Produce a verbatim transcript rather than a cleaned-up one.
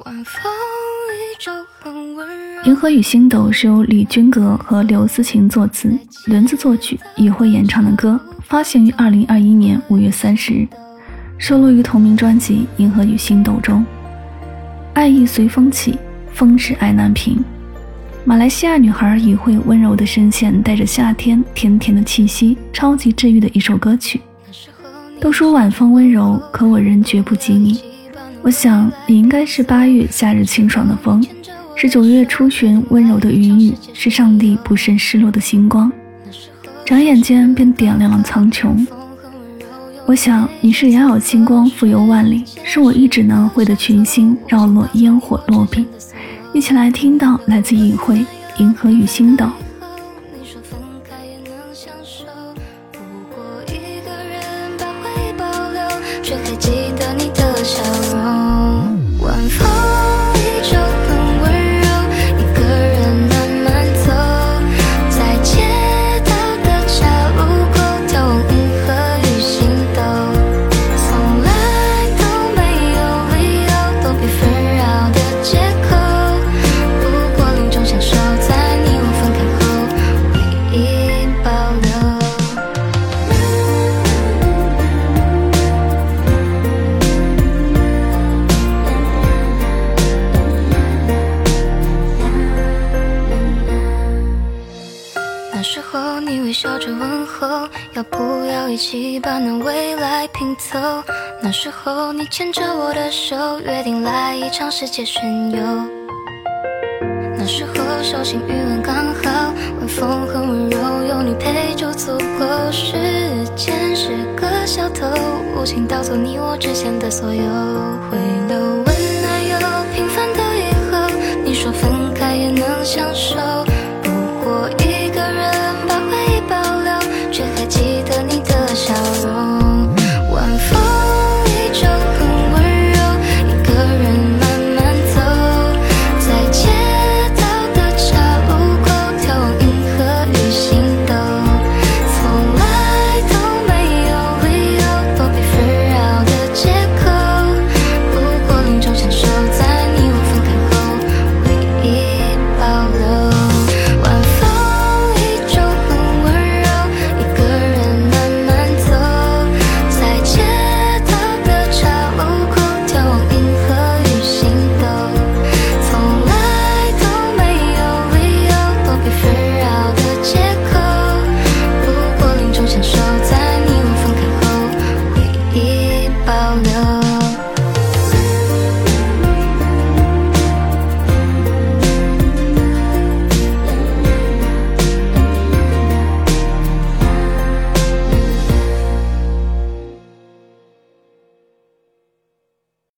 银河与星斗是由李君格和刘思琴作词，轮子作曲，以慧演唱的歌，发行于二零二一年五月三十日，收录于同名专辑《银河与星斗》中。爱意随风起，风止爱难平。马来西亚女孩以慧温柔的声线，带着夏天甜甜的气息，超级治愈的一首歌曲。都说晚风温柔，可我仍绝不及你。我想你应该是八月夏日清爽的风，是九月初旬温柔的云雨，是上帝不慎失落的星光，转眼间便点亮了苍穹。我想你是遥遥星光浮游万里，是我一指难绘的群星绕落烟火落笔。一起来听到来自以慧《银河与星斗》。 你说分开也能相守，不过一个人把回忆保留，却还记得你的笑容。晚风依旧很温柔，一个人慢慢走，在街道的岔路口眺望银河与星斗，从来都没有理由躲避纷扰的借口，享受在你我分开后回忆保留。那时候你微笑着问候，要不要一起把那未来拼凑？那时候你牵着我的手，约定来一场世界巡游。那时候手心余温刚好，晚风很温柔，有你陪就足够。时间是个小偷，无情盗走你我之间的所有回忆。